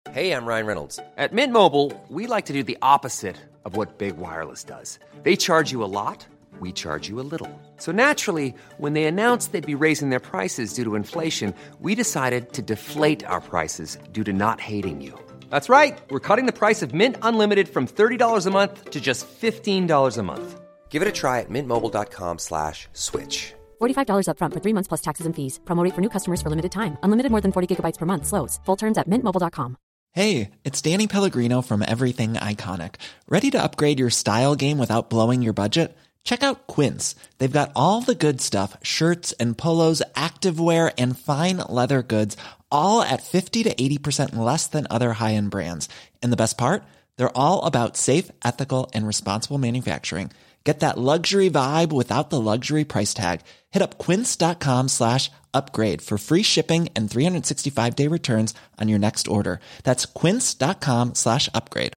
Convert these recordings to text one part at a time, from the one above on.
Hey, I'm Ryan Reynolds. At Mint Mobile, we like to do the opposite of what Big Wireless does. They charge you a lot, we charge you a little. So naturally, when they announced they'd be raising their prices due to inflation, we decided to deflate our prices due to not hating you. That's right. We're cutting the price of Mint Unlimited from $30 a month to just $15 a month. Give it a try at mintmobile.com/switch. $45 up front for 3 months plus taxes and fees. Promo rate for new customers for limited time. Unlimited more than 40 gigabytes per month. Slows full terms at mintmobile.com. Hey, it's Danny Pellegrino from Everything Iconic. Ready to upgrade your style game without blowing your budget? Check out Quince. They've got all the good stuff, shirts and polos, activewear, and fine leather goods, all at 50 to 80% less than other high-end brands. And the best part? They're all about safe, ethical, and responsible manufacturing. Get that luxury vibe without the luxury price tag. Hit up quince.com/upgrade for free shipping and 365-day returns on your next order. That's quince.com/upgrade.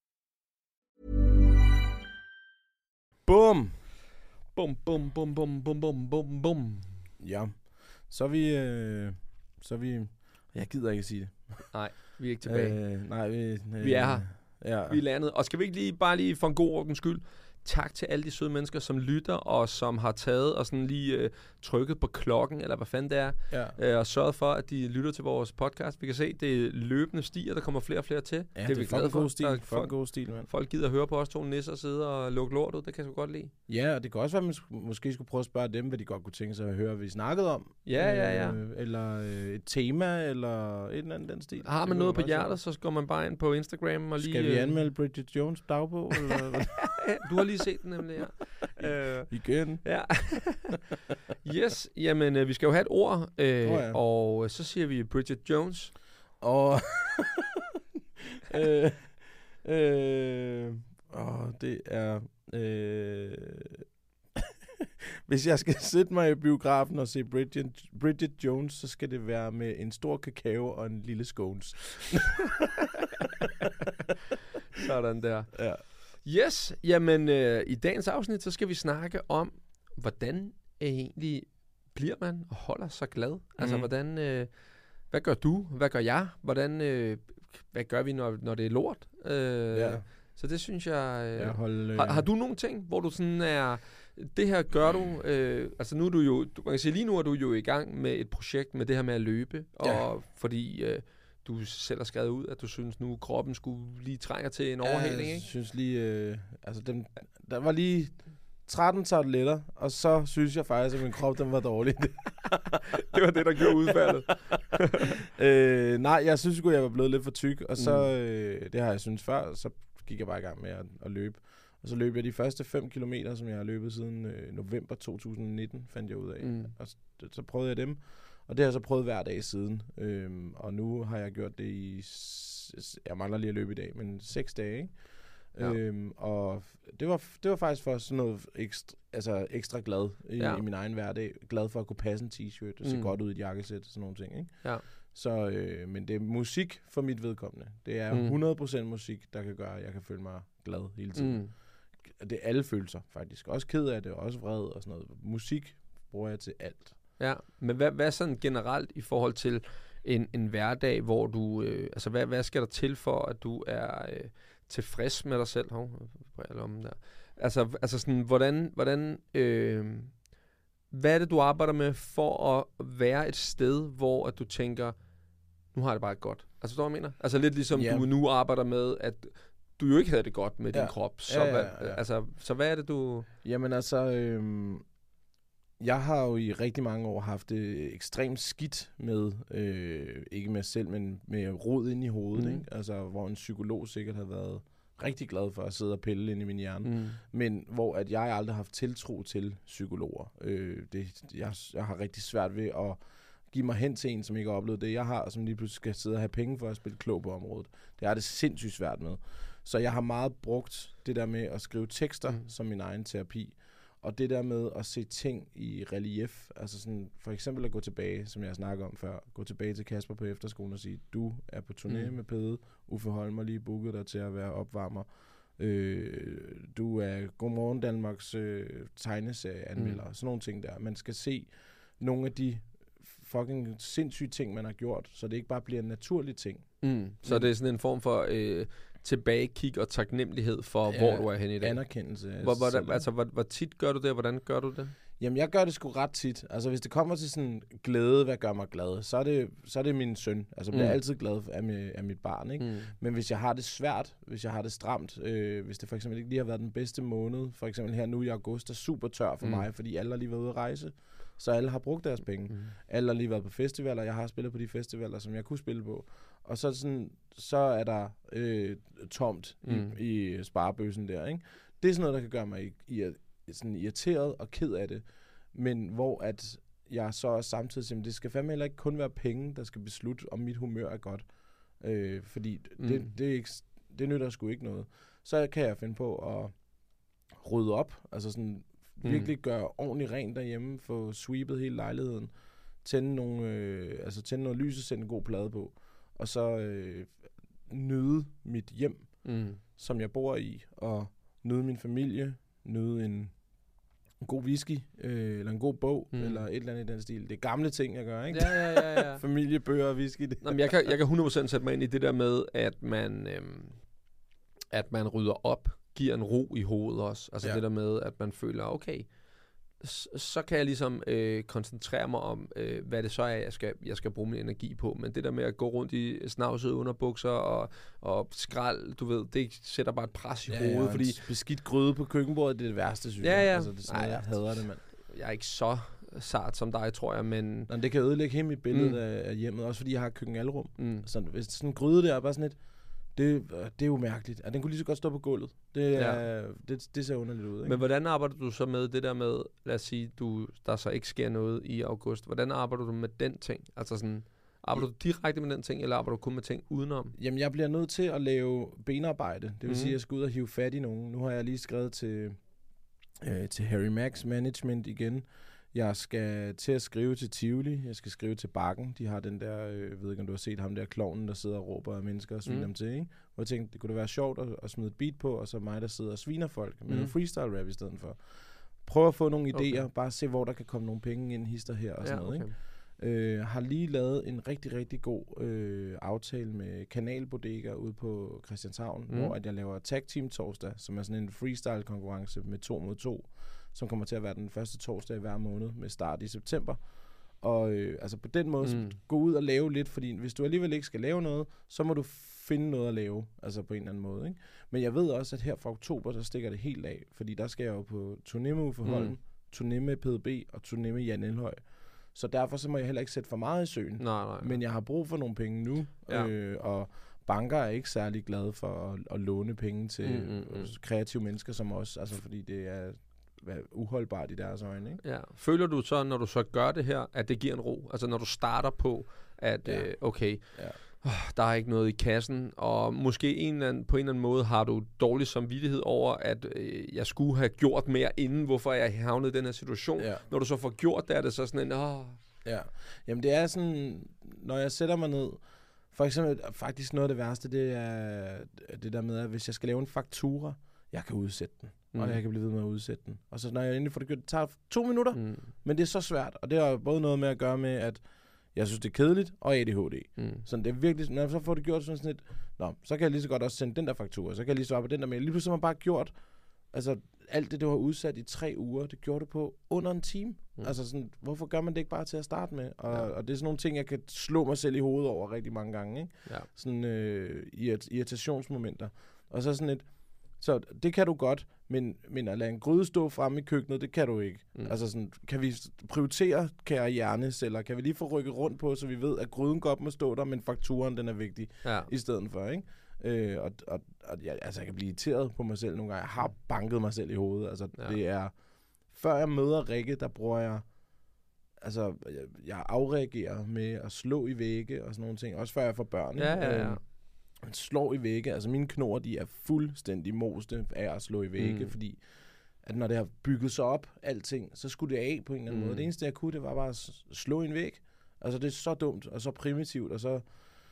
Bum. Bum, bum, bum, bum, bum, bum, bum, bum. Ja, så er vi... Jeg gider ikke at sige det. Nej, vi er ikke tilbage. Vi er her. Ja. Vi er landet. Og skal vi ikke bare lige for en god ordens skyld, tak til alle de søde mennesker, som lytter, og som har taget og sådan lige trykket på klokken, eller hvad fanden det er, og sørget for, at de lytter til vores podcast. Vi kan se, det er løbende stiger, der kommer flere og flere til. Ja, det er vi glade for. God stil, mand. Folk gider at høre på os to nisser sidde og lukke lort ud, det kan jeg sgu godt lide. Ja, og det kan også være, at man måske skulle prøve at spørge dem, hvad de godt kunne tænke sig at høre, hvad vi snakkede om. Ja. Eller et tema, eller et eller andet den stil. Har man noget på hjertet, så går man bare ind på Instagram og lige... Skal vi anmelde Bridget Jones dagbog? Eller? Du har lige set den nemlig, ja. Igen. Ja. Yes, jamen vi skal jo have et ord, og så siger vi Bridget Jones. Og det er... Hvis jeg skal sætte mig i biografen og se Bridget Jones, så skal det være med en stor kakao og en lille scones. Sådan der. Ja. Yes, jamen i dagens afsnit, så skal vi snakke om, hvordan egentlig bliver man og holder sig glad? Altså, hvordan, hvad gør du? Hvad gør jeg? Hvordan, hvad gør vi, når det er lort? Så det synes jeg... Har du nogle ting, hvor du sådan er... Det her gør du... altså, nu er du jo... Man kan sige, lige nu er du jo i gang med et projekt med det her med at løbe, og fordi... du selv har skrevet ud, at du synes nu, kroppen skulle lige trænge til en overhaling, ikke? Jeg synes lige, der var lige 13 tarteletter, og så synes jeg faktisk, at min krop, den var dårlig. Det var det, der gjorde udfaldet. Nej, jeg synes sgu, jeg var blevet lidt for tyk, og så, det har jeg synes før, så gik jeg bare i gang med at løbe. Og så løb jeg de første 5 kilometer, som jeg har løbet siden november 2019, fandt jeg ud af. Og så prøvede jeg dem. Og det har jeg så prøvet hver dag siden. Og nu har jeg gjort det i... Jeg mangler lige at løbe i dag, men 6 dage, ikke? Ja. Og det var faktisk for sådan noget ekstra glad i min egen hverdag. Glad for at kunne passe en t-shirt og se godt ud i et jakkesæt og sådan nogle ting, ikke? Ja. Så, men det er musik for mit vedkommende. Det er 100% musik, der kan gøre, at jeg kan føle mig glad hele tiden. Det er alle følelser, faktisk. Også ked af det, også vred og sådan noget. Musik bruger jeg til alt. Ja, men hvad sådan generelt i forhold til en hverdag, hvor du... altså, hvad skal der til for, at du er tilfreds med dig selv? Altså sådan, hvordan hvad er det, du arbejder med for at være et sted, hvor at du tænker, nu har jeg det bare godt? Altså, hvad jeg mener? Altså, lidt ligesom du nu arbejder med, at du jo ikke havde det godt med din krop. Så, Altså, så hvad er det, du... Jamen altså... Jeg har jo i rigtig mange år haft det ekstremt skidt med, ikke med selv, men med rod ind i hovedet, ikke? Altså, hvor en psykolog sikkert havde været rigtig glad for at sidde og pille ind i min hjerne. Men hvor at jeg aldrig har haft tiltro til psykologer. Jeg har rigtig svært ved at give mig hen til en, som ikke har oplevet det, jeg har, og som lige pludselig skal sidde og have penge for at spille klog på området. Det er det sindssygt svært med. Så jeg har meget brugt det der med at skrive tekster som min egen terapi. Og det der med at se ting i relief, altså sådan for eksempel at gå tilbage, som jeg snakkede om før, gå tilbage til Kasper på efterskolen og sige, du er på turné med Pede, Uffe Holm har lige booket dig til at være opvarmer, du er Godmorgen Danmarks tegneserieanmelder, sådan nogle ting der. Man skal se nogle af de fucking sindssyge ting, man har gjort, så det ikke bare bliver en naturlig ting. Så det er sådan en form for tilbagekig og taknemmelighed for, hvor du er henne i dag. Anerkendelse. Hvor tit gør du det, og hvordan gør du det? Jamen, jeg gør det sgu ret tit. Altså, hvis det kommer til sådan glæde, hvad gør mig glad, så er det min søn. Altså, jeg bliver altid glad af mit barn, ikke? Men hvis jeg har det svært, hvis jeg har det stramt, hvis det for eksempel ikke lige har været den bedste måned, for eksempel her nu i august, er super tør for mig, fordi alle har lige været ude at rejse, så alle har brugt deres penge. Alle har lige været på festivaler, jeg har spillet på de festivaler, som jeg kunne spille på. Og så er der tomt i sparebøssen der, ikke? Det er sådan noget, der kan gøre mig sådan irriteret og ked af det. Men hvor at jeg så samtidig siger, det skal fandme heller ikke kun være penge, der skal beslutte, om mit humør er godt. Fordi det nytter sgu ikke noget. Så kan jeg finde på at rydde op, altså sådan virkelig gøre ordentligt rent derhjemme, få sweepet hele lejligheden, tænde noget lys og sætte en god plade på, og så nyde mit hjem, som jeg bor i, og nyde min familie, nyde en god whisky, eller en god bog, eller et eller andet i den stil. Det er gamle ting, jeg gør, ikke? Ja. Familie, bøger og whisky. Det. Jamen, jeg kan 100% sætte mig ind i det der med, at man rydder op, giver en ro i hovedet også. Altså det der med, at man føler, okay, så kan jeg ligesom koncentrere mig om, hvad det så er, jeg skal bruge min energi på. Men det der med at gå rundt i snavsede underbukser og skrald, du ved, det sætter bare et pres i hovedet. Fordi beskidt gryde på køkkenbordet, det er det værste, synes jeg. Altså, det er sådan, jeg hader det, mand. Jeg er ikke så sart som dig, tror jeg, men... Nå, det kan ødelægge hele mit billede af hjemmet, også fordi jeg har køkkenalrum. Så hvis sådan en gryde der er bare sådan et... Det er jo mærkeligt. Den kunne lige så godt stå på gulvet. Det ser underligt ud, ikke? Men hvordan arbejder du så med det der med, lad os sige, der så ikke sker noget i august. Hvordan arbejder du med den ting? Altså sådan, arbejder du direkte med den ting, eller arbejder du kun med ting udenom? Jamen, jeg bliver nødt til at lave benarbejde. Det vil sige, at jeg skal ud og hive fat i nogen. Nu har jeg lige skrevet til Harry Max Management igen. Jeg skal til at skrive til Tivoli. Jeg skal skrive til Bakken. De har den der, jeg ved ikke om du har set ham der, klovnen, der sidder og råber af mennesker og sviner dem til, ikke? Hvor jeg tænkte, det kunne da være sjovt at smide et beat på, og så mig, der sidder og sviner folk med noget freestyle rap i stedet for. Prøv at få nogle idéer, bare se, hvor der kan komme nogle penge ind, hister her og sådan noget, ikke? Har lige lavet en rigtig, rigtig god aftale med Kanalbodega ude på Christianshavn, hvor at jeg laver Tag Team torsdag, som er sådan en freestyle konkurrence med 2 mod 2, som kommer til at være den første torsdag i hver måned med start i september. Og altså på den måde, gå ud og lave lidt, fordi hvis du alligevel ikke skal lave noget, så må du finde noget at lave, altså på en eller anden måde, ikke? Men jeg ved også, at her fra oktober, der stikker det helt af, fordi der skal jeg jo på turné med Uffe Holm, turné med PDB og turné med Jan Elhøj. Så derfor så må jeg heller ikke sætte for meget i søen. Nej. Men jeg har brug for nogle penge nu, og banker er ikke særlig glade for at låne penge til kreative mennesker som os, altså fordi det er uholdbart i deres øjne, ikke? Ja. Føler du så, når du så gør det her, at det giver en ro? Altså når du starter på, at der er ikke noget i kassen, og måske på en eller anden måde har du dårlig samvittighed over, at jeg skulle have gjort mere inden, hvorfor jeg havnet i den her situation. Ja. Når du så får gjort det, er det så sådan en... Ja, jamen det er sådan, når jeg sætter mig ned, for eksempel faktisk noget af det værste, det er det der med, at hvis jeg skal lave en faktura, jeg kan udsætte den. Og jeg kan blive ved med at udsætte den. Og så når jeg endelig får det gjort, det tager 2 minutter, men det er så svært. Og det har både noget med at gøre med, at jeg synes, det er kedeligt, og ADHD. Så det er virkelig, når jeg så får det gjort sådan lidt, så kan jeg lige så godt også sende den der faktura, så kan jeg lige svare på den der mail. Lige pludselig har man bare gjort, altså alt det, du har udsat i 3 uger, det gjorde det på under en time. Altså sådan, hvorfor gør man det ikke bare til at starte med? Og det er sådan nogle ting, jeg kan slå mig selv i hovedet over rigtig mange gange, ikke? Ja. Sådan irritationsmomenter. Og så sådan et, så det kan du godt, men at lade en gryde stå fremme i køkkenet, det kan du ikke. Altså sådan, kan vi prioritere, kære hjerneceller? Kan vi lige få rykket rundt på, så vi ved, at gryden godt må stå der, men fakturen, den er vigtig i stedet for, ikke? Jeg kan blive irriteret på mig selv nogle gange. Jeg har banket mig selv i hovedet. Altså, det er... Før jeg møder Rikke, der bruger jeg... Altså, jeg afreagerer med at slå i vægge og sådan nogle ting. Også før jeg får børn. Ja. Slår i vægge. Altså, mine knor, de er fuldstændig moste af at slå i vægge, fordi at når det har bygget sig op, alting, så skulle det af på en eller anden måde. Det eneste, jeg kunne, det var bare at slå i en væg. Altså, det er så dumt, og så primitivt, og så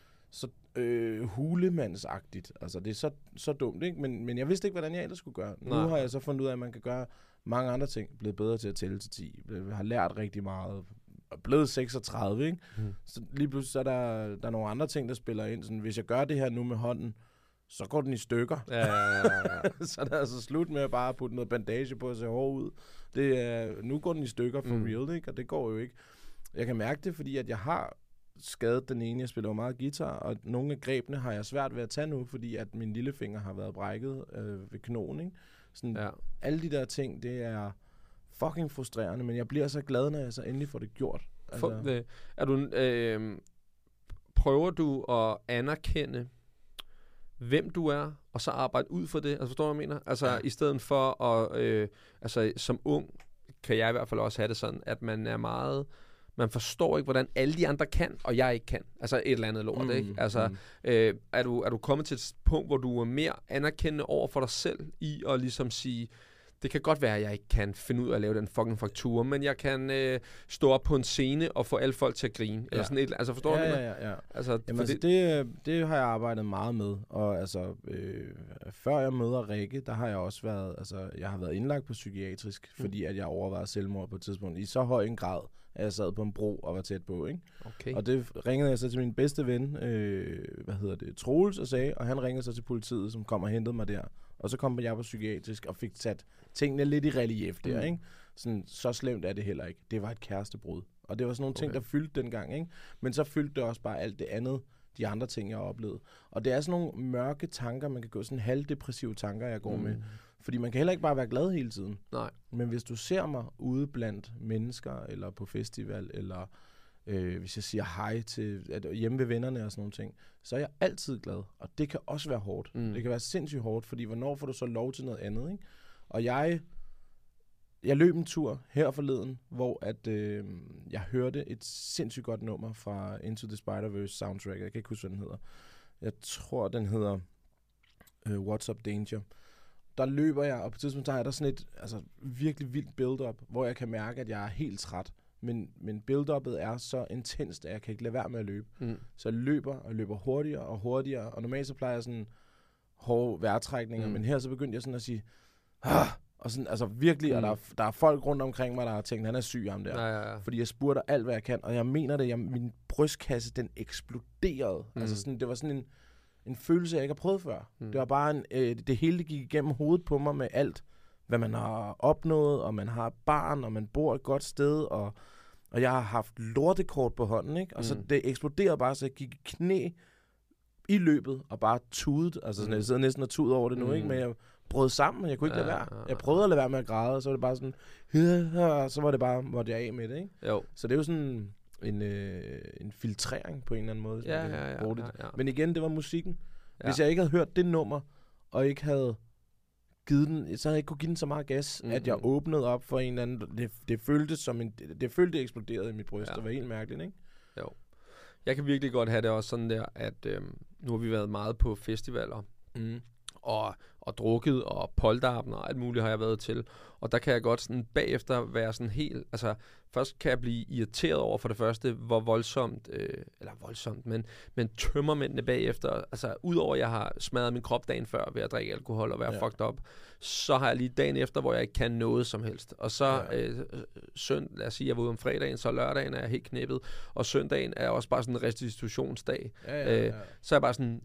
hulemandsagtigt. Altså, det er så dumt, ikke? Men jeg vidste ikke, hvordan jeg ellers skulle gøre. Nu har jeg så fundet ud af, at man kan gøre mange andre ting. Blevet bedre til at tælle til 10. Jeg har lært rigtig meget. blevet 36, ikke? Så lige pludselig så er der nogle andre ting, der spiller ind. Sådan, hvis jeg gør det her nu med hånden, så går den i stykker. Ja. Så er det altså slut med at bare putte noget bandage på og se hård ud. Nu går den i stykker for real, ikke? Og det går jo ikke. Jeg kan mærke det, fordi at jeg har skadet den ene. Jeg spiller jo meget guitar, og nogle af grebene har jeg svært ved at tage nu, fordi at min lillefinger har været brækket ved knogen, ikke? Sådan, alle de der ting, det er fucking frustrerende, men jeg bliver så glad, når jeg så endelig får det gjort. Altså. Prøver du at anerkende, hvem du er, og så arbejde ud for det? Altså, forstår du, hvad jeg mener? Altså, i stedet for at... som ung, kan jeg i hvert fald også have det sådan, at man er meget... Man forstår ikke, hvordan alle de andre kan, og jeg ikke kan. Altså et eller andet lort, ikke? Altså, er du kommet til et punkt, hvor du er mere anerkendende over for dig selv i at ligesom sige, det kan godt være, at jeg ikke kan finde ud af at lave den fucking faktur, men jeg kan stå op på en scene og få alle folk til at grine. Eller sådan et, altså forstår du det? Ja. Altså, jamen, det har jeg arbejdet meget med. Og altså, før jeg møder Rikke, der har jeg også været, altså, jeg har været indlagt på psykiatrisk, fordi at jeg overvejede selvmord på et tidspunkt i så høj en grad, at jeg sad på en bro og var tæt på, ikke? Okay. Og det ringede jeg så til min bedste ven, Troels, og sagde, og han ringede så til politiet, som kom og hentede mig der. Og så kom jeg på psykiatrisk og fik sat tingene lidt i relief der, ikke? Sådan, så slemt er det heller ikke. Det var et kærestebrud. Og det var sådan nogle ting, der fyldte dengang, ikke? Men så fyldte det også bare alt det andet, de andre ting, jeg oplevede. Og det er sådan nogle mørke tanker, man kan gå, sådan halvdepressive tanker, jeg går med. Fordi man kan heller ikke bare være glad hele tiden. Nej. Men hvis du ser mig ude blandt mennesker, eller på festival, eller hvis jeg siger hej til hjemme ved vennerne og sådan nogle ting, så er jeg altid glad. Og det kan også være hårdt. Det kan være sindssygt hårdt, fordi hvornår får du så lov til noget andet, ikke? Og jeg løb en tur her forleden, hvor at, jeg hørte et sindssygt godt nummer fra Into the Spider-Verse soundtrack. Jeg kan ikke huske, hvad den hedder. Jeg tror, den hedder What's Up Danger. Der løber jeg, og på et tidspunkt har jeg der sådan et virkelig vildt build-up, hvor jeg kan mærke, at jeg er helt træt. Men build-uppet er så intenst, at jeg kan ikke lade være med at løbe. Så jeg løber hurtigere og hurtigere, og normalt så plejer jeg sådan hårde vejrtrækninger, men her så begyndte jeg sådan at sige, og sådan, altså virkelig, og der er folk rundt omkring mig, der har tænkt, han er syg ham der. Ja. Fordi jeg spurgte alt, hvad jeg kan, og jeg mener det, min brystkasse, den eksploderede. Altså sådan, det var sådan en følelse, jeg ikke har prøvet før. Det var bare det hele, det gik igennem hovedet på mig med alt, hvad man har opnået, og man har et barn, og man bor et godt sted, og jeg har haft lortekort på hånden, ikke? Og så det eksploderede bare, så jeg gik i knæ i løbet, og bare tudede. Altså sådan, jeg sidder næsten og tuder over det nu, ikke? Men jeg brød sammen, og jeg kunne ikke lade være. Jeg prøvede at lade være med at græde, og så var det bare sådan, og så var det bare, måtte jeg af med det, ikke? Jo. Så det er jo sådan en filtrering på en eller anden måde. Ja. Men igen, det var musikken. Hvis jeg ikke havde hørt det nummer, og ikke havde givet den, så havde jeg ikke kunne give den så meget gas, at jeg åbnede op for en eller anden. Det føltes som det eksploderede i mit bryst. Ja. Det var helt mærkeligt, ikke? Jo. Jeg kan virkelig godt have det også sådan der, at nu har vi været meget på festivaler, og drukket, og polterappen og alt muligt har jeg været til. Og der kan jeg godt sådan bagefter være sådan helt, altså først kan jeg blive irriteret over for det første, hvor voldsomt, men tømmermændene bagefter, altså udover at jeg har smadret min krop dagen før ved at drikke alkohol og være fucked up, så har jeg lige dagen efter, hvor jeg ikke kan noget som helst. Og så lad os sige, jeg var ude om fredagen, så lørdagen er jeg helt knippet, og søndagen er også bare sådan en restitutionsdag. Så er jeg bare sådan,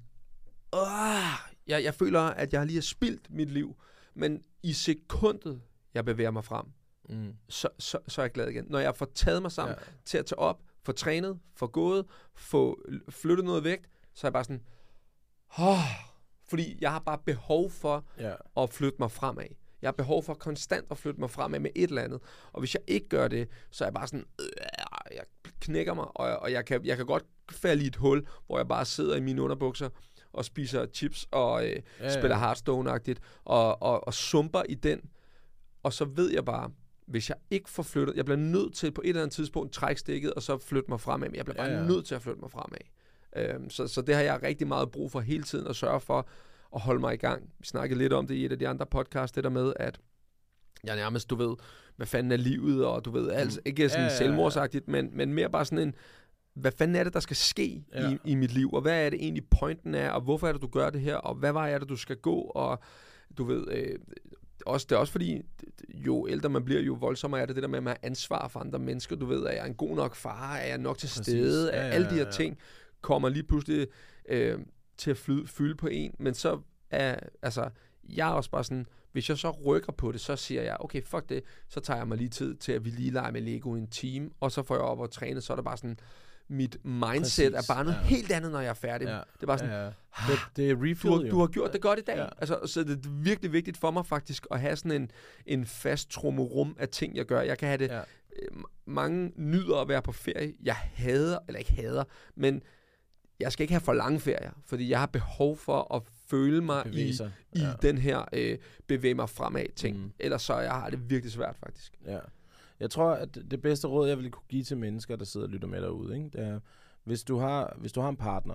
jeg føler, at jeg lige har spildt mit liv, men i sekundet, jeg bevæger mig frem, så er jeg glad igen. Når jeg får taget mig sammen til at tage op, få trænet, få gået, få flyttet noget vægt, så er jeg bare sådan, fordi jeg har bare behov for at flytte mig fremad. Jeg har behov for konstant at flytte mig fremad med et eller andet. Og hvis jeg ikke gør det, så er jeg bare sådan, jeg knækker mig, og jeg kan godt falde i et hul, hvor jeg bare sidder i mine underbukser, og spiser chips og spiller Hearthstone-agtigt, og sumper i den. Og så ved jeg bare, hvis jeg ikke får flyttet, jeg bliver nødt til på et eller andet tidspunkt trække stikket, og så flytte mig fremad. Men jeg bliver bare nødt til at flytte mig fremad. Så det har jeg rigtig meget brug for hele tiden, at sørge for at holde mig i gang. Vi snakkede lidt om det i et af de andre podcasts, det der med, at jeg nærmest, du ved, hvad fanden er livet, og du ved, altså ikke sådan selvmordsagtigt, men mere bare sådan en, hvad fanden er det, der skal ske i mit liv, og hvad er det egentlig pointen er, og hvorfor er det, du gør det her, og hvad vej er det, du skal gå, og du ved, det er også fordi, jo ældre man bliver, jo voldsommere er det der med, at man har ansvar for andre mennesker. Du ved, er jeg en god nok far? Er jeg nok til stede? Alle de her ting kommer lige pludselig til at fylde på en. Men så jeg er også bare sådan, hvis jeg så rykker på det, så siger jeg, okay, fuck det, så tager jeg mig lige tid til, at vi lige leger med Lego i en time, og så får jeg op og træne, så er det bare sådan, mit mindset er bare noget helt andet, når jeg er færdig. Ja. Det er bare sådan, det er refill, du har gjort det godt i dag. Ja. Altså, så det er virkelig vigtigt for mig faktisk, at have sådan en fast trummerum af ting, jeg gør. Jeg kan have det, mange nyder at være på ferie. Jeg ikke hader, men jeg skal ikke have for lange ferier, fordi jeg har behov for at føle mig i den her bevæge mig fremad ting. Ellers så jeg har det virkelig svært faktisk. Ja. Jeg tror, at det bedste råd, jeg vil kunne give til mennesker, der sidder og lytter med derude, ikke? Det er, hvis du har en partner,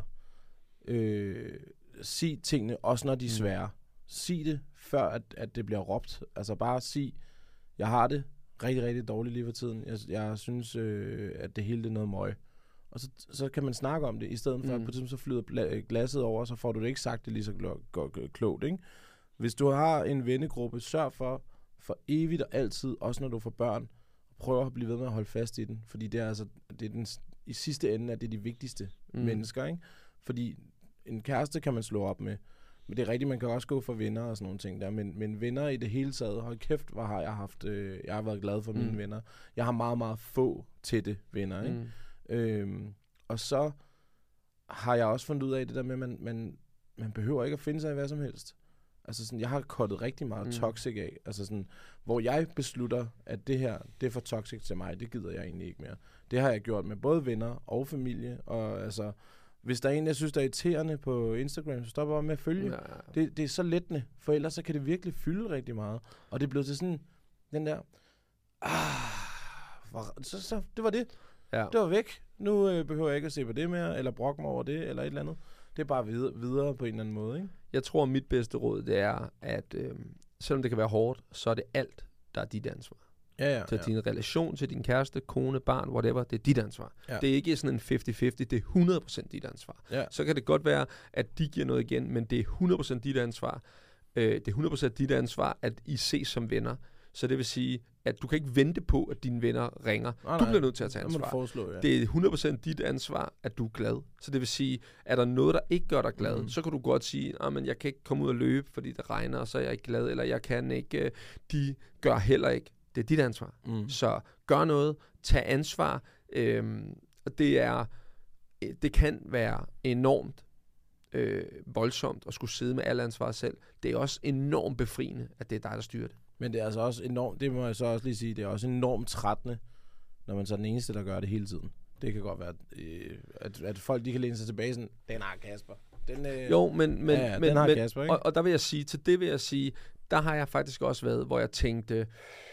sig tingene, også når de er svære. Sig det, før at det bliver råbt. Altså bare sig, jeg har det rigtig, rigtig dårligt lige for tiden. Jeg synes, at det hele er noget møg. Og så kan man snakke om det, i stedet for at på et tidspunkt så flyder glasset over, så får du det ikke sagt det lige så klogt, ikke? Hvis du har en vennegruppe, sørg for evigt og altid, også når du får børn, prøv at blive ved med at holde fast i den, fordi det er i sidste ende, at det er de vigtigste mennesker, ikke? Fordi en kæreste kan man slå op med, men det er rigtigt, man kan også gå for venner og sådan nogle ting der, men venner i det hele taget, hold kæft, hvor har jeg haft, jeg har været glad for mine venner. Jeg har meget, meget få tætte venner, ikke? Og så har jeg også fundet ud af det der med, at man behøver ikke at finde sig i hvad som helst. Altså sådan, jeg har kottet rigtig meget toxic af. Altså sådan, hvor jeg beslutter, at det her, det er for toxic til mig, det gider jeg egentlig ikke mere. Det har jeg gjort med både venner og familie, og altså, hvis der er en, jeg synes, der er irriterende på Instagram, så stopper jeg med at følge. Ja. Det er så lettende, for ellers så kan det virkelig fylde rigtig meget. Og det er blevet til sådan, den der, så det var det. Ja. Det var væk. Nu behøver jeg ikke at se på det mere, eller brokke mig over det, eller et eller andet. Det er bare videre på en eller anden måde, ikke? Jeg tror, mit bedste råd, det er, at selvom det kan være hårdt, så er det alt, der er dit ansvar. Til din relation til din kæreste, kone, barn, whatever, det er dit ansvar. Ja. Det er ikke sådan en 50-50, det er 100% dit ansvar. Ja. Så kan det godt være, at de giver noget igen, men det er 100% dit ansvar. Det er 100% dit ansvar, at I ses som venner. Så det vil sige, at du kan ikke vente på, at dine venner ringer. Du bliver nødt til at tage ansvar. Det er 100% dit ansvar, at du er glad. Så det vil sige, er der noget, der ikke gør dig glad, så kan du godt sige, men jeg kan ikke komme ud og løbe, fordi det regner, og så er jeg ikke glad, eller jeg kan ikke, de gør heller ikke. Det er dit ansvar. Så gør noget, tag ansvar. Det kan være enormt voldsomt at skulle sidde med alle ansvar selv. Det er også enormt befriende, at det er dig, der styrer det. Men det er altså også enormt, det må jeg så også lige sige, det er også enormt trættende, når man så er den eneste, der gør det hele tiden. Det kan godt være, at folk de kan læne sig tilbage sådan, den har Kasper. Den har Kasper, ikke? Og der vil jeg sige, der har jeg faktisk også været, hvor jeg tænkte,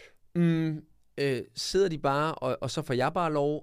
sidder de bare, og så får jeg bare lov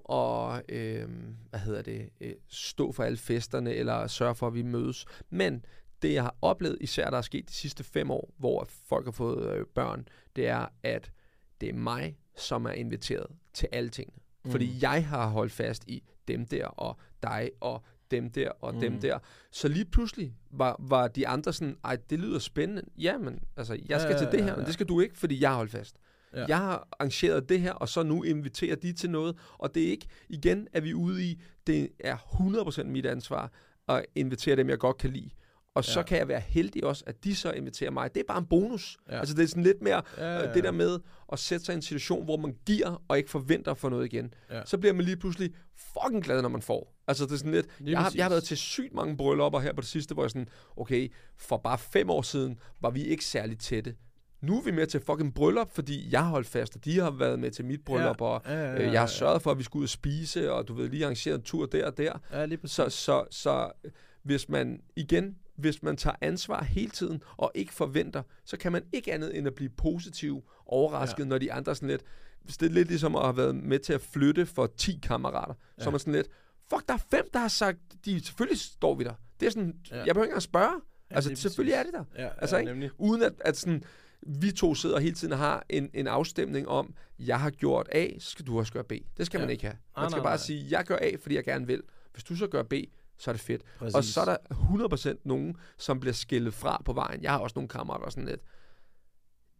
at, stå for alle festerne, eller sørge for, at vi mødes. Men det, jeg har oplevet, især der er sket de sidste 5 år, hvor folk har fået børn, det er, at det er mig, som er inviteret til alle tingene. Fordi jeg har holdt fast i dem der, og dig, og dem der, og dem der. Så lige pludselig var de andre sådan, det lyder spændende. Jamen, altså, jeg skal til det her, men det skal du ikke, fordi jeg har holdt fast. Ja. Jeg har arrangeret det her, og så nu inviterer de til noget, og det er ikke, igen er vi ude i, det er 100% mit ansvar at invitere dem, jeg godt kan lide. Og så kan jeg være heldig også, at de så inviterer mig. Det er bare en bonus. Ja. Altså det er sådan lidt mere det der med at sætte sig i en situation, hvor man giver og ikke forventer for noget igen. Ja. Så bliver man lige pludselig fucking glad, når man får. Altså det er sådan lidt, jeg har været til sygt mange bryllupper her på det sidste, hvor jeg sådan, okay, for bare 5 år siden var vi ikke særlig tætte. Nu er vi med til fucking bryllup, fordi jeg har holdt fast, og de har været med til mit bryllup, og jeg har sørget for, at vi skulle ud og spise, og du ved, lige arrangeret en tur der og der. Ja, lige så hvis man tager ansvar hele tiden, og ikke forventer, så kan man ikke andet end at blive positiv overrasket, når de andre sådan lidt, hvis det er lidt ligesom at have været med til at flytte for 10 kammerater, så er man sådan lidt, fuck, der er 5, der har sagt, selvfølgelig står vi der. Det er sådan, jeg behøver ikke engang at spørge. Altså, selvfølgelig er det der. Altså, ikke? Uden at sådan, vi to sidder hele tiden og har en afstemning om, jeg har gjort A, så skal du også gøre B. Det skal man ikke have. Man skal bare sige, jeg gør A, fordi jeg gerne vil. Hvis du så gør B, så er det fedt. Præcis. Og så er der 100% nogen, som bliver skillet fra på vejen. Jeg har også nogle kammerater, der sådan lidt,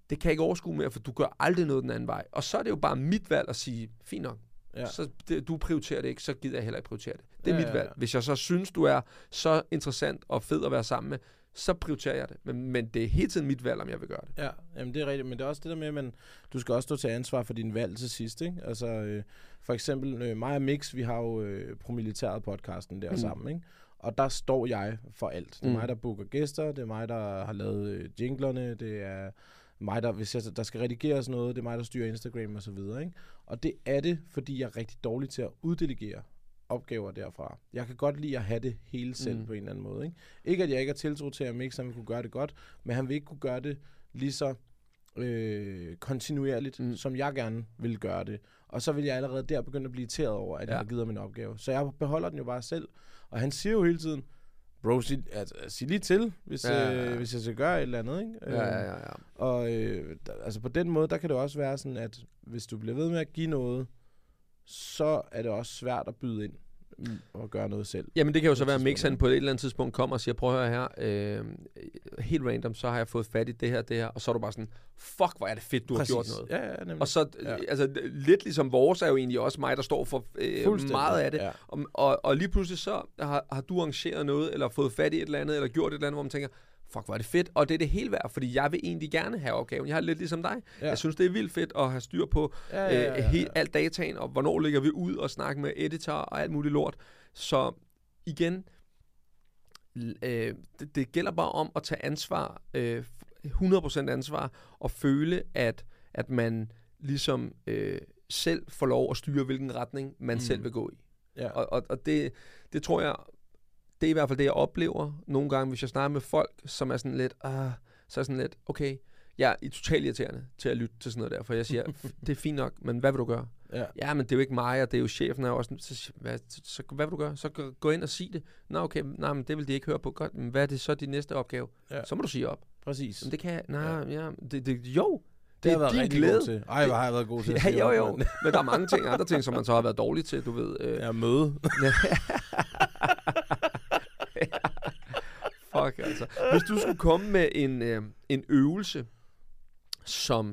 det kan jeg ikke overskue mere, for du gør aldrig noget den anden vej. Og så er det jo bare mit valg at sige, fint nok, så du prioriterer det ikke, så gider jeg heller ikke prioritere det. Det er mit valg. Hvis jeg så synes, du er så interessant og fed at være sammen med, så prioriterer jeg det. Men det er hele tiden mit valg, om jeg vil gøre det. Ja, jamen det er rigtigt. Men det er også det der med, at du skal også stå til ansvar for din valg til sidst. Ikke? Altså, for eksempel mig og Mix, vi har jo promilitæret podcasten der sammen. Ikke? Og der står jeg for alt. Det er mig, der booker gæster. Det er mig, der har lavet jinglerne. Det er mig, hvis der skal redigeres noget. Det er mig, der styrer Instagram og så videre. Ikke? Og det er det, fordi jeg er rigtig dårlig til at uddelegere opgaver derfra. Jeg kan godt lide at have det hele selv på en eller anden måde. Ikke at jeg ikke har tiltro til, at Mix han vil kunne gøre det godt, men han vil ikke kunne gøre det lige så kontinuerligt, som jeg gerne vil gøre det. Og så vil jeg allerede der begynde at blive irriteret over, at jeg har givet min opgave. Så jeg beholder den jo bare selv. Og han siger jo hele tiden, bro, sig lige til, hvis jeg skal gøre et eller andet. Ikke? Og altså på den måde, der kan det også være sådan, at hvis du bliver ved med at give noget, så er det også svært at byde ind og gøre noget selv. Jamen det kan jo så være, at Mix på et eller andet tidspunkt kommer og siger, prøv at høre her, helt random, så har jeg fået fat i det her, og så er du bare sådan, fuck, hvor er det fedt, du har gjort noget. Ja, nemlig. Og så, altså lidt ligesom vores er jo egentlig også mig, der står for meget af det. Ja. Og lige pludselig så har du arrangeret noget, eller fået fat i et eller andet, eller gjort et eller andet, hvor man tænker, fuck, hvor er det fedt, og det er det hele værd, fordi jeg vil egentlig gerne have opgaven. Jeg har lidt ligesom dig. Ja. Jeg synes, det er vildt fedt at have styr på alt dataen, og hvornår lægger vi ud og snakke med editor og alt muligt lort. Så igen, det gælder bare om at tage ansvar, 100% ansvar, og føle, at man ligesom selv får lov at styre, hvilken retning man selv vil gå i. Ja. Og det tror jeg, det er i hvert fald det, jeg oplever nogle gange, hvis jeg snakker med folk, som er sådan lidt, så er sådan lidt, okay, jeg er totalt irriterende til at lytte til sådan noget der, for jeg siger, det er fint nok, men hvad vil du gøre? Ja, men det er jo ikke mig, og det er jo chefen, og også, så hvad vil du gøre? Så gå ind og sig det. Nå, okay, nej, men det vil de ikke høre på. Godt, men hvad er det så din næste opgave? Ja. Så må du sige op. Præcis. Men det kan jo. Det har været rigtig god til. Ej, hvor har jeg været god til at sige jo. Men der er mange andre ting, som man så har været dårlig til, du ved. Møde. Fuck, altså. Hvis du skulle komme med en øvelse, som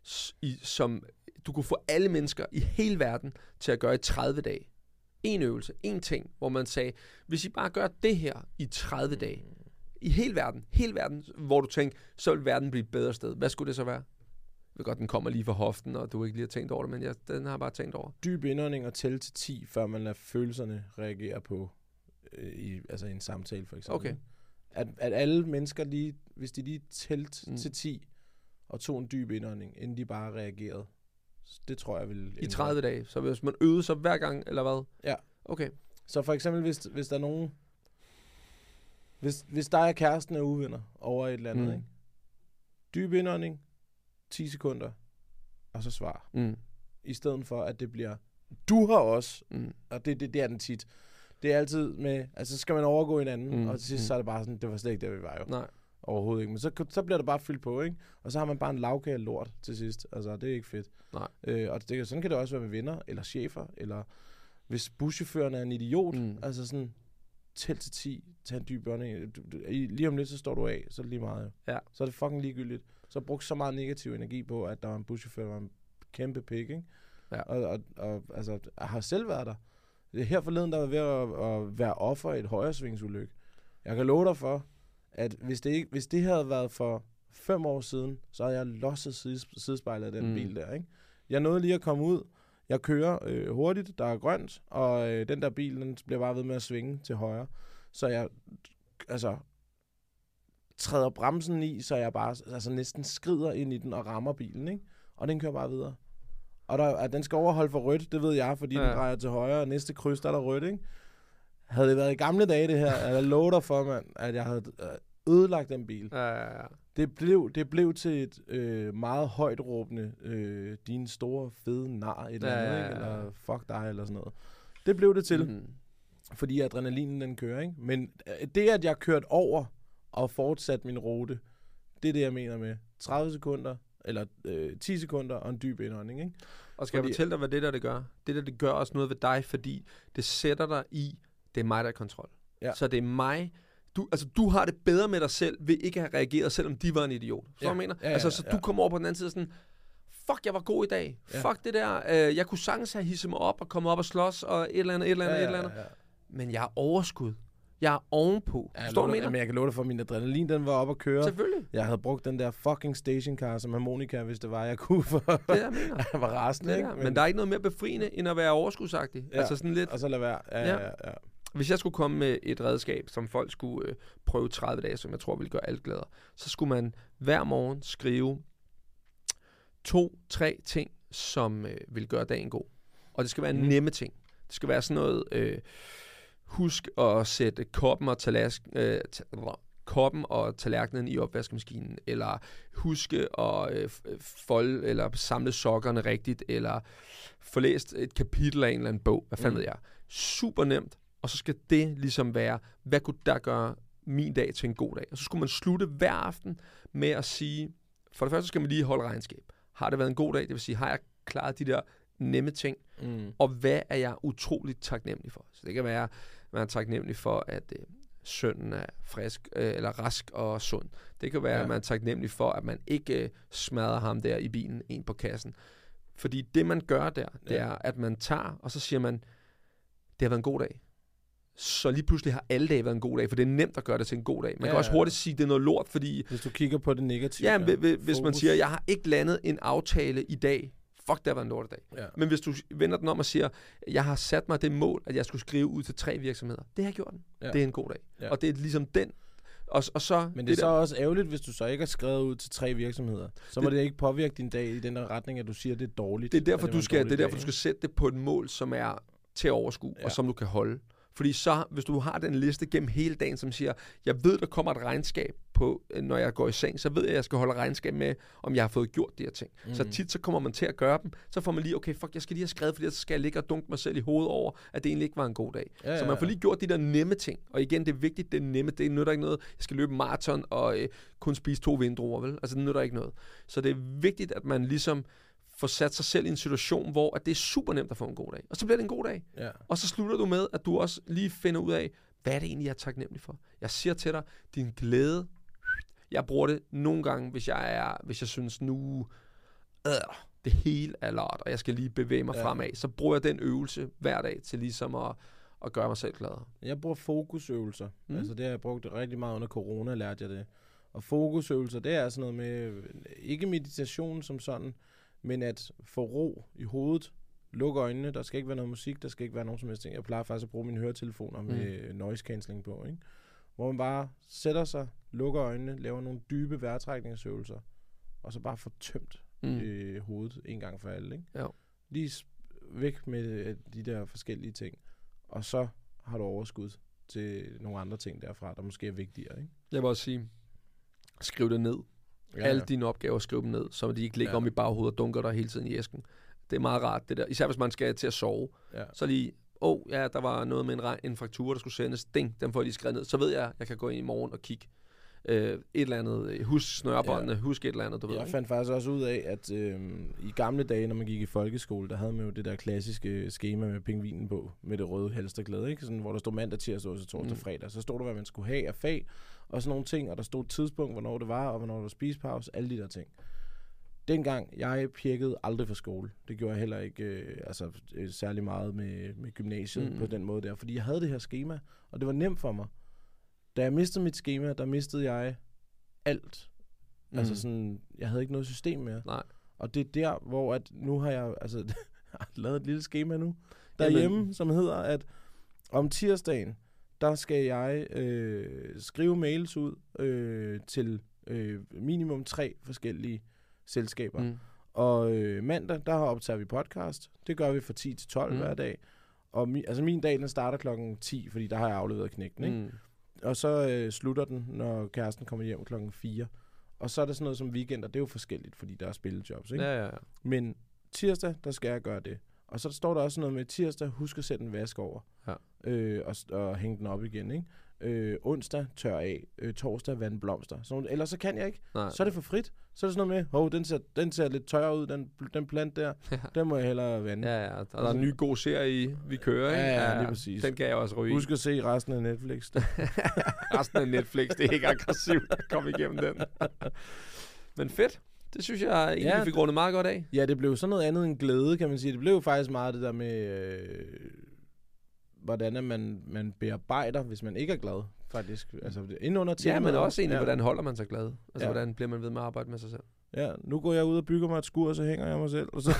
du kunne få alle mennesker i hele verden til at gøre i 30 dage. En øvelse, en ting, hvor man sagde, hvis I bare gør det her i 30 dage, i hele verden, hvor du tænker, så vil verden blive et bedre sted. Hvad skulle det så være? Jeg ved godt, den kommer lige fra hoften, og du ikke lige har tænkt over det, men den har jeg bare tænkt over. Dyb indånding og tælle til 10, før man lader følelserne reagere på i en samtale, for eksempel. Okay. At alle mennesker lige, hvis de lige tælte til 10 og tog en dyb indånding, inden de bare reagerede. Det tror jeg vil... I 30 dage? Så hvis man øvede sig hver gang, eller hvad? Ja. Okay. Så for eksempel, hvis der er nogen... Hvis dig og kæresten er uvenner over et eller andet, ikke? Dyb indånding, 10 sekunder, og så svar. I stedet for, at det bliver... Du har også... Og det er den tit. Det er altid med... Altså, så skal man overgå hinanden, og til sidst så er det bare sådan... Det var slet ikke der, vi var jo. Nej. Overhovedet ikke. Men så bliver der bare fyldt på, ikke? Og så har man bare en lavkage af lort til sidst. Altså, det er ikke fedt. Nej. Og sådan kan det også være med venner, eller chefer, eller hvis buschaufføren er en idiot. Altså sådan, tæl til 10, tag en dyb ånding. Lige om lidt, så står du af, så er det lige meget. Ja. Så er det fucking ligegyldigt. Så brugt så meget negativ energi på, at der var en buschauffør, der var en kæmpe pik, ikke? Ja. Og altså, jeg har selv været der. Her forleden, der var ved at være offer i et højresvingsulykke. Jeg kan love dig for, at hvis det havde været for 5 år siden, så havde jeg losset sidespejlet af den bil der, ikke? Jeg nåede lige at komme ud. Jeg kører hurtigt, der er grønt, og den der bil, den bliver bare ved med at svinge til højre. Så jeg træder bremsen i, så jeg bare næsten skrider ind i den og rammer bilen, ikke? Og den kører bare videre. Og den skal overholde for rødt, det ved jeg, fordi den drejer til højre, og næste kryds, der er der rødt, ikke? Havde det været i gamle dage, det her, jeg lover dig for, mand, at jeg havde ødelagt den bil. Ja. Det blev til et meget højt råbende, din store, fede nar, et eller andet, ikke? Eller fuck dig, eller sådan noget. Det blev det til, fordi adrenalinen, den kører, ikke? Men det, at jeg kørte over og fortsat min rute, det er det, jeg mener med 30 sekunder, eller 10 sekunder og en dyb indånding, ikke? Og skal jeg fortælle dig, hvad det gør? Det gør også noget ved dig, fordi det sætter dig i, det er mig, der er kontrol. Ja. Så det er mig, Du har det bedre med dig selv, ved ikke at have reageret, selvom de var en idiot. Så jeg mener? Så du kommer over på den anden side sådan, fuck, jeg var god i dag. Ja. Fuck det der. Jeg kunne sagtens have hisset mig op og komme op og slås og et eller andet. Men jeg har overskud. Jeg er ovenpå. Forstår du, mener? Men jeg kan love dig for, min adrenalin, den var op at køre. Selvfølgelig. Jeg havde brugt den der fucking stationcar som harmonika, hvis det var, jeg kunne for. Det jeg mener. Jeg var rasende, ikke? Men der er ikke noget mere befriende, end at være overskudsagtig. Ja. Altså sådan lidt. Og så lade være. Ja. Hvis jeg skulle komme med et redskab, som folk skulle prøve 30 dage, som jeg tror ville gøre alt glæder, så skulle man hver morgen skrive 2-3 ting, som vil gøre dagen god. Og det skal være nemme ting. Det skal være sådan noget, husk at sætte koppen og tallerkenen i opvaskemaskinen, eller huske at folde eller samle sokkerne rigtigt, eller få læst et kapitel af en eller anden bog. Hvad fanden ved jeg? Super nemt. Og så skal det ligesom være, hvad kunne der gøre min dag til en god dag? Og så skulle man slutte hver aften med at sige, for det første skal man lige holde regnskab. Har det været en god dag? Det vil sige, har jeg klaret de der nemme ting? Og hvad er jeg utroligt taknemmelig for? Så det kan være, at man er taknemmelig for, at sønnen er frisk eller rask og sund. Det kan være, at man er taknemmelig for, at man ikke smadrer ham der i bilen, en på kassen. Fordi det, man gør der, det er, at man tager, og så siger man, det har været en god dag. Så lige pludselig har alle dage været en god dag, for det er nemt at gøre det til en god dag. Man kan også hurtigt sige, at det er noget lort, fordi... Hvis du kigger på det negative. Ja, hvis man siger, jeg har ikke landet en aftale i dag. Fuck, det har været en lortedag. Ja. Men hvis du vender den om og siger, jeg har sat mig det mål, at jeg skulle skrive ud til 3 virksomheder. Det har jeg gjort. Det er en god dag. Ja. Og det er ligesom den... Og så, men det er så også ærgerligt, hvis du så ikke har skrevet ud til 3 virksomheder. Så må det ikke påvirke din dag i den der retning, at du siger, at det er dårligt. Det er derfor, du skal sætte det på et mål, som er til at overskue, og som du kan holde. Fordi så, hvis du har den liste gennem hele dagen, som siger, jeg ved, der kommer et regnskab på, når jeg går i seng, så ved jeg, at jeg skal holde regnskab med, om jeg har fået gjort de her ting. Så tit, så kommer man til at gøre dem, så får man lige, okay, fuck, jeg skal lige have skrevet, fordi så skal jeg ligge og dunke mig selv i hovedet over, at det egentlig ikke var en god dag. Så man får lige gjort de der nemme ting. Og igen, det er vigtigt, det er nemme, det nytter ikke noget, jeg skal løbe maraton og kun spise 2 vindruer, vel? Altså, det nytter ikke noget. Så det er vigtigt, at man ligesom få sat sig selv i en situation, hvor at det er super nemt at få en god dag. Og så bliver det en god dag. Ja. Og så slutter du med, at du også lige finder ud af, hvad er det egentlig, jeg er taknemmelig for. Jeg siger til dig, din glæde, jeg bruger det nogle gange, hvis jeg synes nu, det hele er lort, og jeg skal lige bevæge mig fremad, så bruger jeg den øvelse hver dag til ligesom at gøre mig selv gladere. Jeg bruger fokusøvelser. Altså det har jeg brugt rigtig meget under corona, lærte jeg det. Og fokusøvelser, det er sådan noget med, ikke meditation som sådan, men at få ro i hovedet, lukke øjnene, der skal ikke være noget musik, der skal ikke være nogen som helst ting. Jeg plejer faktisk at bruge mine høretelefoner med noise cancelling på, ikke? Hvor man bare sætter sig, lukker øjnene, laver nogle dybe vejrtrækningsøvelser, og så bare får tømt hovedet en gang for alle, ikke? Ja. Lige væk med de der forskellige ting, og så har du overskud til nogle andre ting derfra, der måske er vigtigere, ikke? Jeg vil også sige, skriv det ned. Ja. Alle dine opgaver, skriv dem ned, så de ikke ligger om i baghovedet og dunker der hele tiden i æsken. Det er meget rart, det der. Især hvis man skal til at sove. Ja. Så lige, der var noget med en faktura, der skulle sendes. Ding, den får jeg lige skrevet ned. Så ved jeg kan gå ind i morgen og kigge. Et eller andet, husk snørebåndene, husk et eller andet, du ved. Jeg fandt faktisk også ud af, at i gamle dage, når man gik i folkeskole, der havde man jo det der klassiske skema med pingvinen på, med det røde halsterklæde, ikke? Sådan, hvor der stod mandag, tirsdag, torsdag, fredag. Så stod der, hvad man skulle have af fag, og sådan nogle ting, og der stod et tidspunkt, hvornår det var, og hvornår der var spisepause, alle de der ting. Dengang, jeg pjekkede aldrig for skole. Det gjorde jeg heller ikke særlig meget med gymnasiet på den måde der, fordi jeg havde det her skema, og det var nemt for mig. Da jeg mistede mit skema, der mistede jeg alt. Altså sådan, jeg havde ikke noget system mere. Nej. Og det er der, hvor at nu har jeg lavet et lille skema nu derhjemme, som hedder, at om tirsdagen, der skal jeg skrive mails ud til minimum 3 forskellige selskaber. Og mandag, der optager vi podcast. Det gør vi fra 10 til 12 hver dag. Og min dag, den starter klokken 10, fordi der har jeg afleveret knægten, ikke? Og så slutter den, når kæresten kommer hjem klokken 4. Og så er der sådan noget som weekender. Det er jo forskelligt, fordi der er spillejobs, ikke? Ja. Men tirsdag, der skal jeg gøre det. Og så står der også noget med tirsdag, husk at sætte en vask over. Ja. Og hænge den op igen, ikke? onsdag tør af, torsdag vand blomster. Ellers så kan jeg ikke. Nej. Så er det for frit. Så er det sådan noget med, den ser lidt tør ud, den plante der. Ja. Den må jeg hellere vande. Ja, og der er en ny god serie, vi kører, ikke? Ja, lige præcis. Den kan jeg også ryge. Husk at se resten af Netflix. Resten af Netflix, det er ikke aggressivt at komme igennem den. Men fedt. Det synes jeg egentlig fik rundet meget godt af. Ja, det blev sådan noget andet end glæde, kan man sige. Det blev jo faktisk meget det der med, hvordan man bearbejder, hvis man ikke er glad, faktisk. Altså, indunder temaet. Ja, men også egentlig, hvordan holder man sig glad? Altså, hvordan bliver man ved med at arbejde med sig selv? Ja, nu går jeg ud og bygger mig et skur, og så hænger jeg mig selv. Og så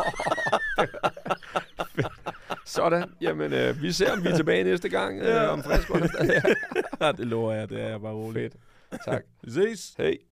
Sådan. Jamen, vi ser, om vi er tilbage næste gang om frisk. Ja, det lover jeg. Det er jeg bare roligt. Fedt. Tak. Vi ses. Hej.